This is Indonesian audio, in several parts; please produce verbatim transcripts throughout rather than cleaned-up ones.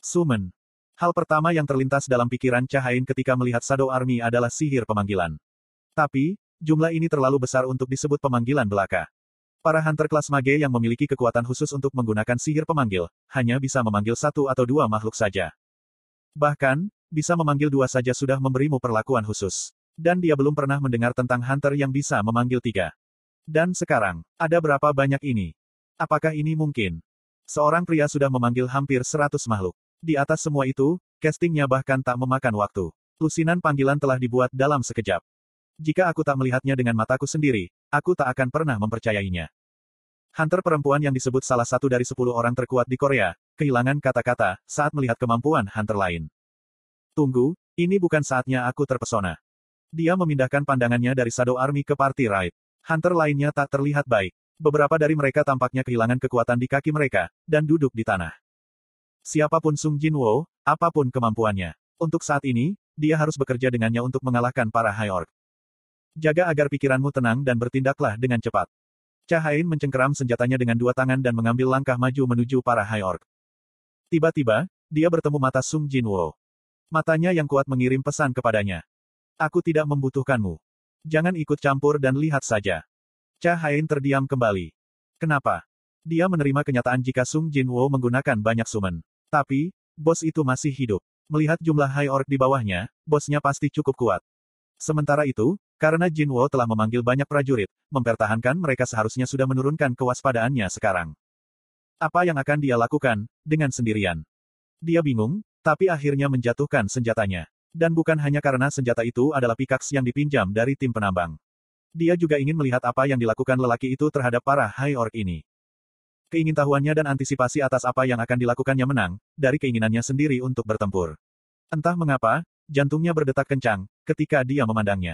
Summon. Hal pertama yang terlintas dalam pikiran Cahain ketika melihat Shadow Army adalah sihir pemanggilan. Tapi, jumlah ini terlalu besar untuk disebut pemanggilan belaka. Para hunter kelas mage yang memiliki kekuatan khusus untuk menggunakan sihir pemanggil, hanya bisa memanggil satu atau dua makhluk saja. Bahkan, bisa memanggil dua saja sudah memberimu perlakuan khusus. Dan dia belum pernah mendengar tentang hunter yang bisa memanggil tiga. Dan sekarang, ada berapa banyak ini? Apakah ini mungkin? Seorang pria sudah memanggil hampir seratus makhluk. Di atas semua itu, castingnya bahkan tak memakan waktu. Lusinan panggilan telah dibuat dalam sekejap. Jika aku tak melihatnya dengan mataku sendiri, aku tak akan pernah mempercayainya. Hunter perempuan yang disebut salah satu dari sepuluh orang terkuat di Korea, kehilangan kata-kata saat melihat kemampuan hunter lain. Tunggu, ini bukan saatnya aku terpesona. Dia memindahkan pandangannya dari Shadow Army ke Party Raid. Hunter lainnya tak terlihat baik. Beberapa dari mereka tampaknya kehilangan kekuatan di kaki mereka, dan duduk di tanah. Siapapun Sung Jinwoo, apapun kemampuannya. Untuk saat ini, dia harus bekerja dengannya untuk mengalahkan para High Orc. Jaga agar pikiranmu tenang dan bertindaklah dengan cepat. Cahain mencengkeram senjatanya dengan dua tangan dan mengambil langkah maju menuju para High Orc. Tiba-tiba, dia bertemu mata Sung Jinwoo. Matanya yang kuat mengirim pesan kepadanya. Aku tidak membutuhkanmu. Jangan ikut campur dan lihat saja. Cahain terdiam kembali. Kenapa? Dia menerima kenyataan jika Sung Jinwoo menggunakan banyak summon. Tapi, bos itu masih hidup. Melihat jumlah High Orc di bawahnya, bosnya pasti cukup kuat. Sementara itu, karena Jinwoo telah memanggil banyak prajurit, mempertahankan mereka seharusnya sudah menurunkan kewaspadaannya sekarang. Apa yang akan dia lakukan, dengan sendirian? Dia bingung, tapi akhirnya menjatuhkan senjatanya. Dan bukan hanya karena senjata itu adalah pikaks yang dipinjam dari tim penambang. Dia juga ingin melihat apa yang dilakukan lelaki itu terhadap para High Orc ini. Keingintahuannya dan antisipasi atas apa yang akan dilakukannya menang, dari keinginannya sendiri untuk bertempur. Entah mengapa, jantungnya berdetak kencang, ketika dia memandangnya.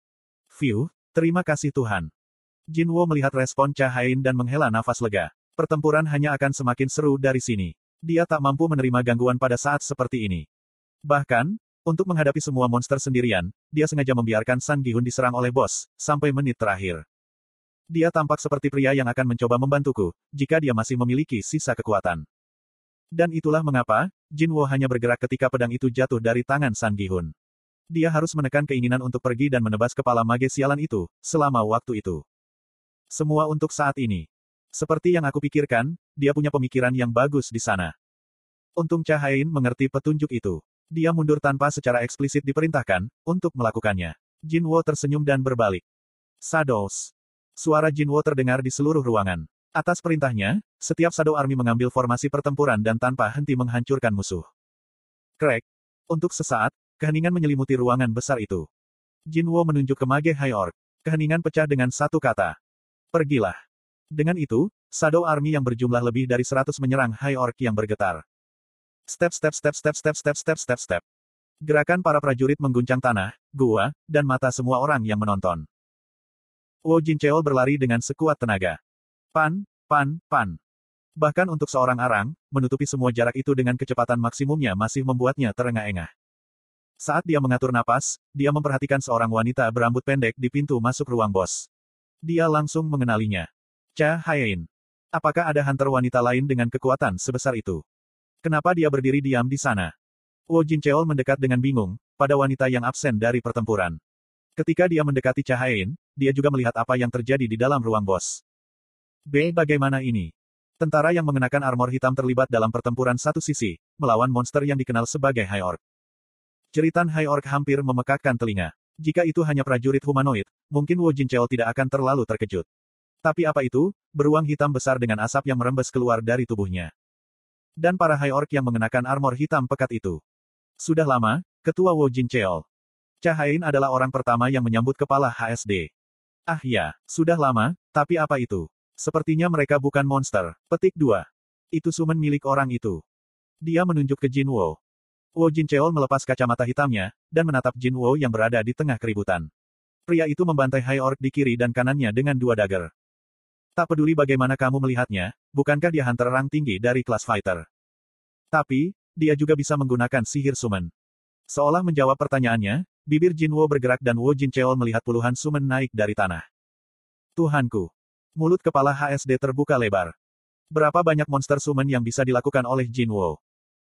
Phew, terima kasih Tuhan. Jinwoo melihat respon Cahain dan menghela nafas lega. Pertempuran hanya akan semakin seru dari sini. Dia tak mampu menerima gangguan pada saat seperti ini. Bahkan, untuk menghadapi semua monster sendirian, dia sengaja membiarkan Sun Gi-hun diserang oleh bos, sampai menit terakhir. Dia tampak seperti pria yang akan mencoba membantuku, jika dia masih memiliki sisa kekuatan. Dan itulah mengapa, Jinwoo hanya bergerak ketika pedang itu jatuh dari tangan Sun Gi-hun. Dia harus menekan keinginan untuk pergi dan menebas kepala mage sialan itu, selama waktu itu. Semua untuk saat ini. Seperti yang aku pikirkan, dia punya pemikiran yang bagus di sana. Untung Cahain mengerti petunjuk itu. Dia mundur tanpa secara eksplisit diperintahkan, untuk melakukannya. Jinwoo tersenyum dan berbalik. Shadows. Suara Jinwoo terdengar di seluruh ruangan. Atas perintahnya, setiap Shadow Army mengambil formasi pertempuran dan tanpa henti menghancurkan musuh. Crack. Untuk sesaat, keheningan menyelimuti ruangan besar itu. Jinwoo menunjuk ke mage High Orc. Keheningan pecah dengan satu kata. Pergilah. Dengan itu, Shadow Army yang berjumlah lebih dari seratus menyerang High Orc yang bergetar. Step step step step step step step step step. Gerakan para prajurit mengguncang tanah, gua, dan mata semua orang yang menonton. Wo Jincheol berlari dengan sekuat tenaga. Pan, pan, pan. Bahkan untuk seorang arang, menutupi semua jarak itu dengan kecepatan maksimumnya masih membuatnya terengah-engah. Saat dia mengatur napas, dia memperhatikan seorang wanita berambut pendek di pintu masuk ruang bos. Dia langsung mengenalinya. Cahain. Apakah ada hunter wanita lain dengan kekuatan sebesar itu? Kenapa dia berdiri diam di sana? Wo Jincheol mendekat dengan bingung, pada wanita yang absen dari pertempuran. Ketika dia mendekati Cahain, dia juga melihat apa yang terjadi di dalam ruang bos. B. Bagaimana ini? Tentara yang mengenakan armor hitam terlibat dalam pertempuran satu sisi, melawan monster yang dikenal sebagai High Orc. Jeritan High Orc hampir memekakkan telinga. Jika itu hanya prajurit humanoid, mungkin Wo Jincheol tidak akan terlalu terkejut. Tapi apa itu? Beruang hitam besar dengan asap yang merembes keluar dari tubuhnya. Dan para High Orc yang mengenakan armor hitam pekat itu. Sudah lama, Ketua Wo Jincheol. Cahain adalah orang pertama yang menyambut kepala H S D. Ah ya, sudah lama, tapi apa itu? Sepertinya mereka bukan monster. Petik dua. Itu summon milik orang itu. Dia menunjuk ke Jinwoo. Wo Jincheol melepas kacamata hitamnya, dan menatap Jinwoo yang berada di tengah keributan. Pria itu membantai High Orc di kiri dan kanannya dengan dua dagger. Tak peduli bagaimana kamu melihatnya, bukankah dia hunter rang tinggi dari kelas fighter? Tapi, dia juga bisa menggunakan sihir summon. Seolah menjawab pertanyaannya, bibir Jinwoo bergerak dan Wo Jincheol melihat puluhan summon naik dari tanah. Tuhanku. Mulut kepala H S D terbuka lebar. Berapa banyak monster summon yang bisa dilakukan oleh Jinwoo?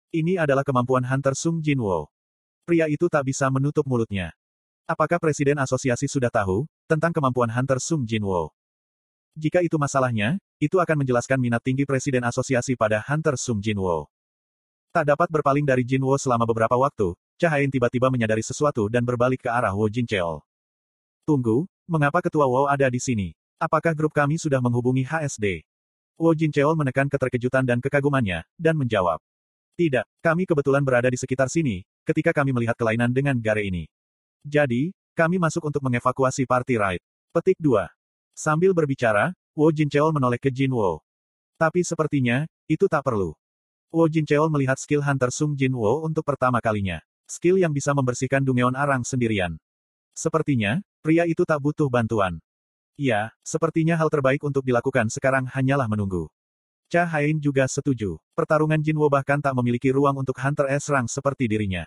Ini adalah kemampuan Hunter Sung Jinwoo. Pria itu tak bisa menutup mulutnya. Apakah Presiden Asosiasi sudah tahu tentang kemampuan Hunter Sung Jinwoo? Jika itu masalahnya, itu akan menjelaskan minat tinggi Presiden Asosiasi pada Hunter Sung Jinwoo. Tak dapat berpaling dari Jinwoo selama beberapa waktu, Cha Hain tiba-tiba menyadari sesuatu dan berbalik ke arah Wo Jincheol. Tunggu, mengapa Ketua Wo ada di sini? Apakah grup kami sudah menghubungi H S D? Wo Jincheol menekan keterkejutan dan kekagumannya, dan menjawab. Tidak, kami kebetulan berada di sekitar sini, ketika kami melihat kelainan dengan Gare ini. Jadi, kami masuk untuk mengevakuasi Party Ride. Petik dua. Sambil berbicara, Wo Jincheol menoleh ke Jinwoo. Tapi sepertinya, itu tak perlu. Wo Jincheol melihat skill Hunter Sung Jinwoo untuk pertama kalinya. Skill yang bisa membersihkan Dungeon Arang sendirian. Sepertinya, pria itu tak butuh bantuan. Ya, sepertinya hal terbaik untuk dilakukan sekarang hanyalah menunggu. Cha Hain juga setuju. Pertarungan Jinwoo bahkan tak memiliki ruang untuk Hunter S rank seperti dirinya.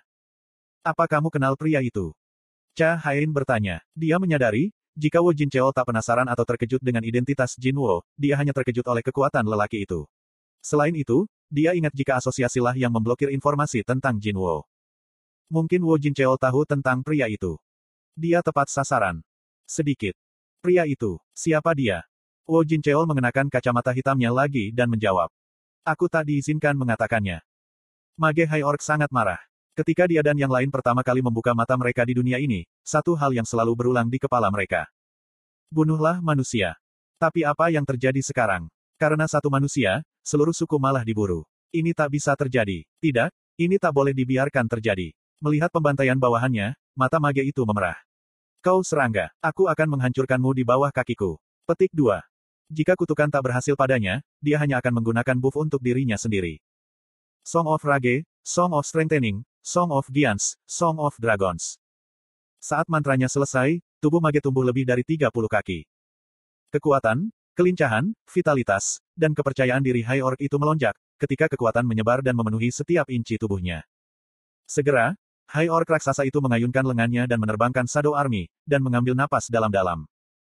Apa kamu kenal pria itu? Cha Hain bertanya. Dia menyadari, jika Wo Jincheol tak penasaran atau terkejut dengan identitas Jinwoo, dia hanya terkejut oleh kekuatan lelaki itu. Selain itu, dia ingat jika asosiasilah yang memblokir informasi tentang Jinwoo. Mungkin Wo Jincheol tahu tentang pria itu. Dia tepat sasaran. Sedikit. Pria itu, siapa dia? Wo Jincheol mengenakan kacamata hitamnya lagi dan menjawab. Aku tak diizinkan mengatakannya. Mage High Orc sangat marah. Ketika dia dan yang lain pertama kali membuka mata mereka di dunia ini, satu hal yang selalu berulang di kepala mereka. Bunuhlah manusia. Tapi apa yang terjadi sekarang? Karena satu manusia, seluruh suku malah diburu. Ini tak bisa terjadi. Tidak, ini tak boleh dibiarkan terjadi. Melihat pembantaian bawahannya, mata mage itu memerah. Kau serangga, aku akan menghancurkanmu di bawah kakiku. Petik dua. Jika kutukan tak berhasil padanya, dia hanya akan menggunakan buff untuk dirinya sendiri. Song of Rage, Song of Strengthening, Song of Giants, Song of Dragons. Saat mantranya selesai, tubuh mage tumbuh lebih dari tiga puluh kaki. Kekuatan, kelincahan, vitalitas, dan kepercayaan diri High Orc itu melonjak, ketika kekuatan menyebar dan memenuhi setiap inci tubuhnya. Segera, High Orc raksasa itu mengayunkan lengannya dan menerbangkan Shadow Army, dan mengambil napas dalam-dalam.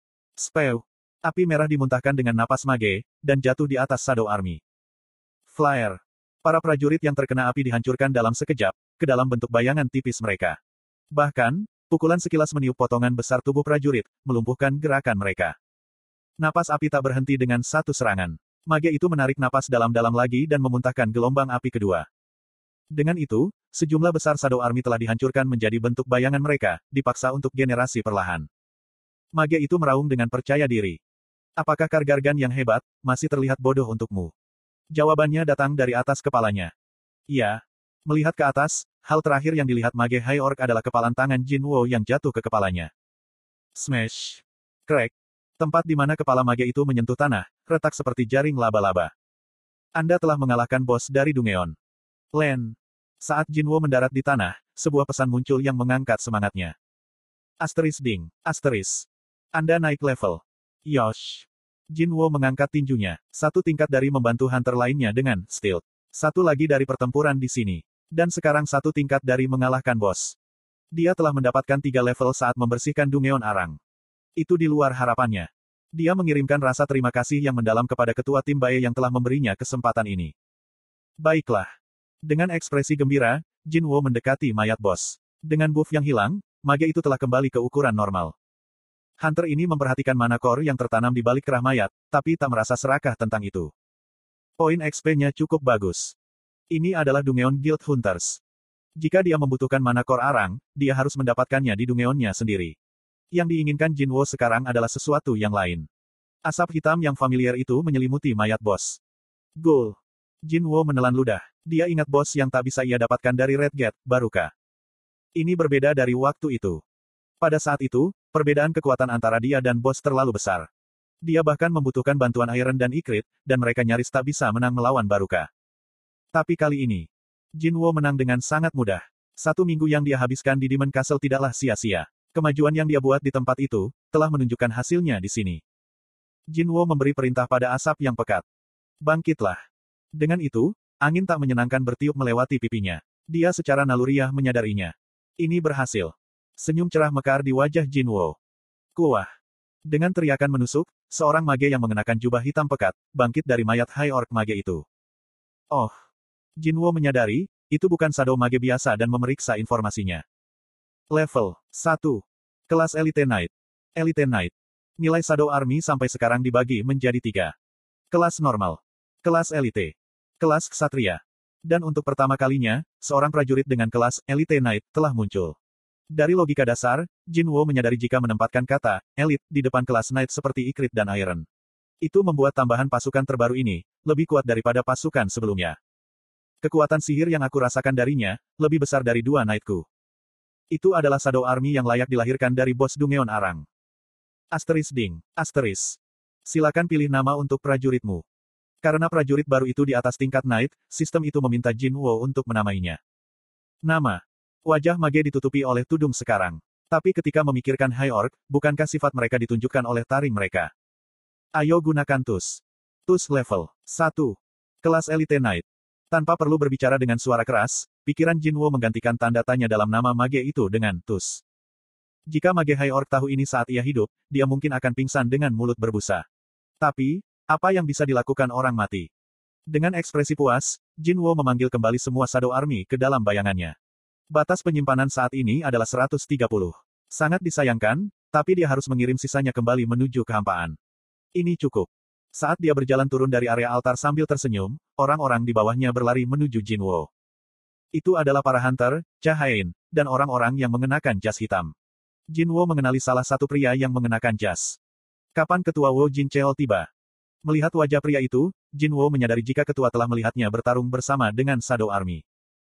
Spew. Api merah dimuntahkan dengan napas mage, dan jatuh di atas Shadow Army. Flare. Para prajurit yang terkena api dihancurkan dalam sekejap, ke dalam bentuk bayangan tipis mereka. Bahkan, pukulan sekilas meniup potongan besar tubuh prajurit, melumpuhkan gerakan mereka. Napas api tak berhenti dengan satu serangan. Mage itu menarik napas dalam-dalam lagi dan memuntahkan gelombang api kedua. Dengan itu, sejumlah besar Shadow Army telah dihancurkan menjadi bentuk bayangan mereka, dipaksa untuk generasi perlahan. Mage itu meraung dengan percaya diri. Apakah Kargargan yang hebat, masih terlihat bodoh untukmu? Jawabannya datang dari atas kepalanya. Iya. Melihat ke atas, hal terakhir yang dilihat Mage High Orc adalah kepalan tangan Jinwoo yang jatuh ke kepalanya. Smash. Crack. Tempat di mana kepala mage itu menyentuh tanah, retak seperti jaring laba-laba. Anda telah mengalahkan bos dari Dungeon. Len. Saat Jinwoo mendarat di tanah, sebuah pesan muncul yang mengangkat semangatnya. Asteris ding. Asteris. Anda naik level. Yosh. Jinwoo mengangkat tinjunya, satu tingkat dari membantu hunter lainnya dengan stealth. Satu lagi dari pertempuran di sini. Dan sekarang satu tingkat dari mengalahkan bos. Dia telah mendapatkan tiga level saat membersihkan Dungeon Arang. Itu di luar harapannya. Dia mengirimkan rasa terima kasih yang mendalam kepada ketua tim Bae yang telah memberinya kesempatan ini. Baiklah. Dengan ekspresi gembira, Jinwoo mendekati mayat bos. Dengan buff yang hilang, mage itu telah kembali ke ukuran normal. Hunter ini memperhatikan mana core yang tertanam di balik kerah mayat, tapi tak merasa serakah tentang itu. Poin X P-nya cukup bagus. Ini adalah Dungeon Guild Hunters. Jika dia membutuhkan mana core arang, dia harus mendapatkannya di Dungeon-nya sendiri. Yang diinginkan Jinwoo sekarang adalah sesuatu yang lain. Asap hitam yang familiar itu menyelimuti mayat bos. Ghoul. Jinwoo menelan ludah. Dia ingat bos yang tak bisa ia dapatkan dari Red Gate, Baruka. Ini berbeda dari waktu itu. Pada saat itu, perbedaan kekuatan antara dia dan bos terlalu besar. Dia bahkan membutuhkan bantuan Iron dan Ikrit, dan mereka nyaris tak bisa menang melawan Baruka. Tapi kali ini, Jinwoo menang dengan sangat mudah. Satu minggu yang dia habiskan di Demon Castle tidaklah sia-sia. Kemajuan yang dia buat di tempat itu, telah menunjukkan hasilnya di sini. Jinwoo memberi perintah pada asap yang pekat. Bangkitlah. Dengan itu, angin tak menyenangkan bertiup melewati pipinya. Dia secara naluriah menyadarinya. Ini berhasil. Senyum cerah mekar di wajah Jinwoo. Kuah. Dengan teriakan menusuk, seorang mage yang mengenakan jubah hitam pekat, bangkit dari mayat High Orc mage itu. Oh. Jinwoo menyadari, itu bukan Shadow Mage biasa dan memeriksa informasinya. Level satu. Kelas Elite Knight. Elite Knight. Nilai Shadow Army sampai sekarang dibagi menjadi tiga. Kelas normal. Kelas Elite. Kelas Ksatria. Dan untuk pertama kalinya, seorang prajurit dengan kelas Elite Knight telah muncul. Dari logika dasar, Jinwo menyadari jika menempatkan kata Elite di depan kelas Knight seperti Ikrit dan Iron, itu membuat tambahan pasukan terbaru ini lebih kuat daripada pasukan sebelumnya. Kekuatan sihir yang aku rasakan darinya lebih besar dari dua Knight-ku. Itu adalah Shadow Army yang layak dilahirkan dari bos Dungeon Arang. Asteris ding, asteris. Silakan pilih nama untuk prajuritmu. Karena prajurit baru itu di atas tingkat Knight, sistem itu meminta Jinwo untuk menamainya. Nama. Wajah mage ditutupi oleh tudung sekarang. Tapi ketika memikirkan High Orc, bukankah sifat mereka ditunjukkan oleh taring mereka? Ayo gunakan Tus. Tus level satu. Kelas Elite Knight. Tanpa perlu berbicara dengan suara keras, pikiran Jinwo menggantikan tanda tanya dalam nama mage itu dengan Tus. Jika mage High Orc tahu ini saat ia hidup, dia mungkin akan pingsan dengan mulut berbusa. Tapi, apa yang bisa dilakukan orang mati? Dengan ekspresi puas, Jinwo memanggil kembali semua Shadow Army ke dalam bayangannya. Batas penyimpanan saat ini adalah seratus tiga puluh. Sangat disayangkan, tapi dia harus mengirim sisanya kembali menuju kehampaan. Ini cukup. Saat dia berjalan turun dari area altar sambil tersenyum, orang-orang di bawahnya berlari menuju Jinwo. Itu adalah para hunter, Chahain, dan orang-orang yang mengenakan jas hitam. Jinwo mengenali salah satu pria yang mengenakan jas. Kapan ketua Wo Jin Cheol tiba? Melihat wajah pria itu, Jinwo menyadari jika ketua telah melihatnya bertarung bersama dengan Shadow Army.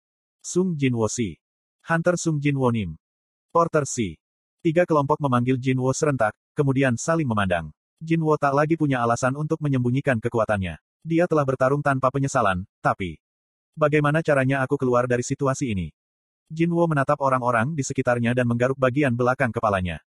Sung Jinwo Si. Hunter Sung Jinwo Nim. Porter Si. Tiga kelompok memanggil Jinwo serentak, kemudian saling memandang. Jinwo tak lagi punya alasan untuk menyembunyikan kekuatannya. Dia telah bertarung tanpa penyesalan, tapi... Bagaimana caranya aku keluar dari situasi ini? Jinwo menatap orang-orang di sekitarnya dan menggaruk bagian belakang kepalanya.